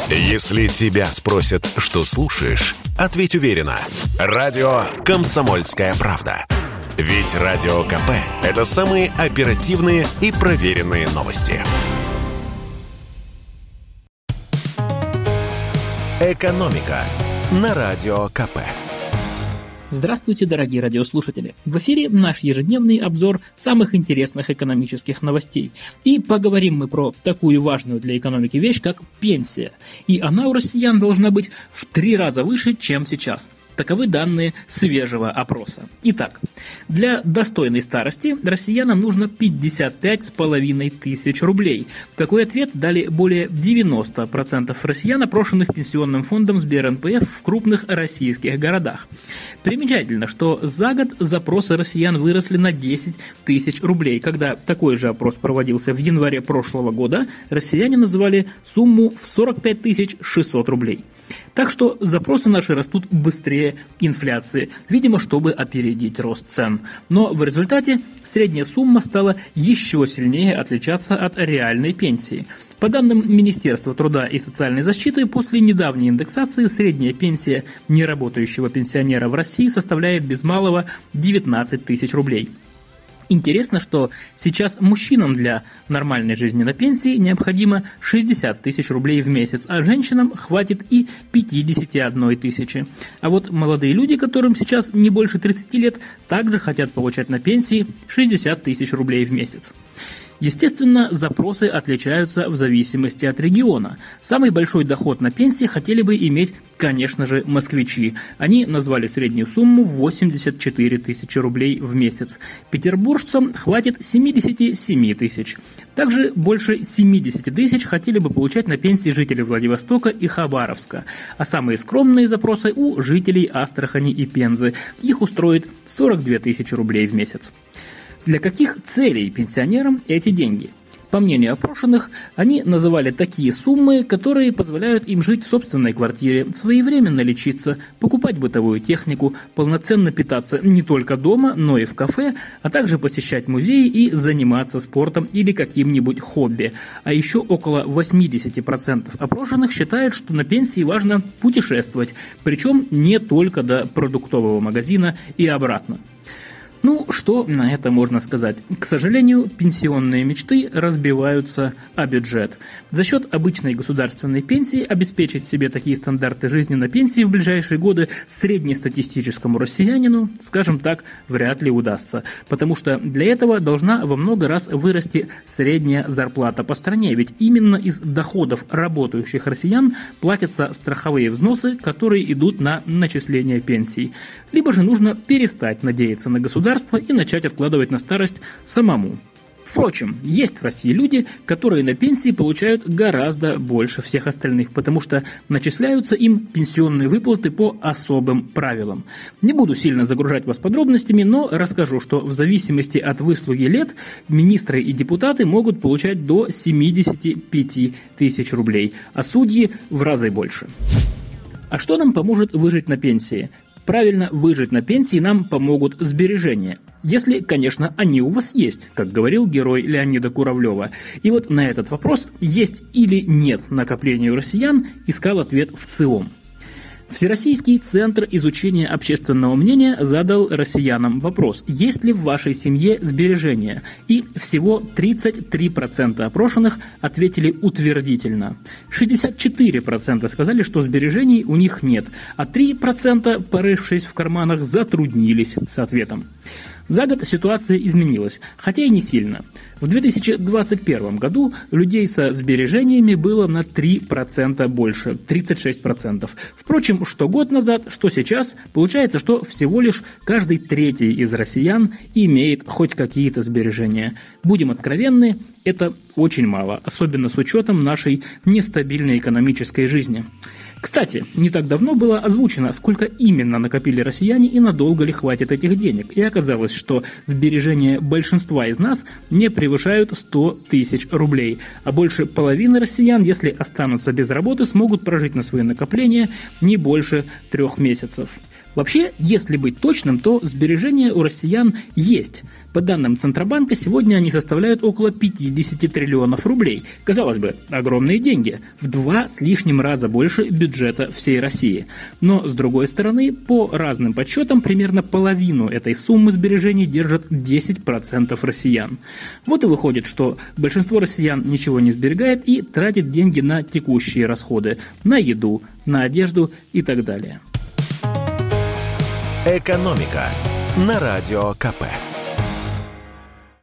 Если тебя спросят, что слушаешь, ответь уверенно. Радио «Комсомольская правда». Ведь Радио КП – это самые оперативные и проверенные новости. «Экономика» на Радио КП. Здравствуйте, дорогие радиослушатели! В эфире наш ежедневный обзор самых интересных экономических новостей. И поговорим мы про такую важную для экономики вещь, как пенсия. И она у россиян должна быть в 3 раза выше, чем сейчас. Таковы данные свежего опроса. Итак, для достойной старости россиянам нужно 55,5 тысяч рублей. Такой ответ дали более 90% россиян, опрошенных Пенсионным фондом Сбер-НПФ в крупных российских городах. Примечательно, что за год запросы россиян выросли на 10 тысяч рублей. Когда такой же опрос проводился в январе прошлого года, россияне называли сумму в 45 600 рублей. Так что запросы наши растут быстрее инфляции, видимо, чтобы опередить рост цен. Но в результате средняя сумма стала еще сильнее отличаться от реальной пенсии. По данным Министерства труда и социальной защиты, после недавней индексации средняя пенсия неработающего пенсионера в России составляет без малого 19 тысяч рублей. Интересно, что сейчас мужчинам для нормальной жизни на пенсии необходимо 60 тысяч рублей в месяц, а женщинам хватит и 51 тысячи. А вот молодые люди, которым сейчас не больше 30 лет, также хотят получать на пенсии 60 тысяч рублей в месяц. Естественно, запросы отличаются в зависимости от региона. Самый большой доход на пенсии хотели бы иметь, конечно же, москвичи. Они назвали среднюю сумму в 84 тысячи рублей в месяц. Петербуржцам хватит 77 тысяч. Также больше 70 тысяч хотели бы получать на пенсии жители Владивостока и Хабаровска. А самые скромные запросы у жителей Астрахани и Пензы. Их устроит 42 тысячи рублей в месяц. Для каких целей пенсионерам эти деньги? По мнению опрошенных, они называли такие суммы, которые позволяют им жить в собственной квартире, своевременно лечиться, покупать бытовую технику, полноценно питаться не только дома, но и в кафе, а также посещать музеи и заниматься спортом или каким-нибудь хобби. А еще около 80% опрошенных считают, что на пенсии важно путешествовать, причем не только до продуктового магазина и обратно. Ну, что на это можно сказать? К сожалению, пенсионные мечты разбиваются о бюджет. За счет обычной государственной пенсии обеспечить себе такие стандарты жизни на пенсии в ближайшие годы среднестатистическому россиянину, скажем так, вряд ли удастся. Потому что для этого должна во много раз вырасти средняя зарплата по стране. Ведь именно из доходов работающих россиян платятся страховые взносы, которые идут на начисление пенсий. Либо же нужно перестать надеяться на государство и начать откладывать на старость самому. Впрочем, есть в России люди, которые на пенсии получают гораздо больше всех остальных, потому что начисляются им пенсионные выплаты по особым правилам. Не буду сильно загружать вас подробностями, но расскажу, что в зависимости от выслуги лет министры и депутаты могут получать до 75 тысяч рублей, а судьи в разы больше. А что нам поможет выжить на пенсии? Правильно выжить на пенсии нам помогут сбережения. Если, конечно, они у вас есть, как говорил герой Леонида Куравлева. И вот на этот вопрос, есть или нет накопления у россиян, искал ответ в ЦИОМ. Всероссийский центр изучения общественного мнения задал россиянам вопрос: есть ли в вашей семье сбережения? И всего 33% опрошенных ответили утвердительно. 64% сказали, что сбережений у них нет, а 3%, порывшись в карманах, затруднились с ответом. За год ситуация изменилась, хотя и не сильно. В 2021 году людей со сбережениями было на 3% больше, 36%. Впрочем, что год назад, что сейчас, получается, что всего лишь каждый третий из россиян имеет хоть какие-то сбережения. Будем откровенны, это очень мало, особенно с учетом нашей нестабильной экономической жизни. Кстати, не так давно было озвучено, сколько именно накопили россияне и надолго ли хватит этих денег. И оказалось, что сбережения большинства из нас не превышают 100 тысяч рублей. А больше половины россиян, если останутся без работы, смогут прожить на свои накопления не больше 3 месяцев. Вообще, если быть точным, то сбережения у россиян есть. По данным Центробанка, сегодня они составляют около 50 триллионов рублей. Казалось бы, огромные деньги. В 2 с лишним раза больше бюджета всей России. Но, с другой стороны, по разным подсчетам, примерно половину этой суммы сбережений держат 10% россиян. Вот и выходит, что большинство россиян ничего не сберегает и тратит деньги на текущие расходы, на еду, на одежду и так далее. «Экономика» на Радио КП.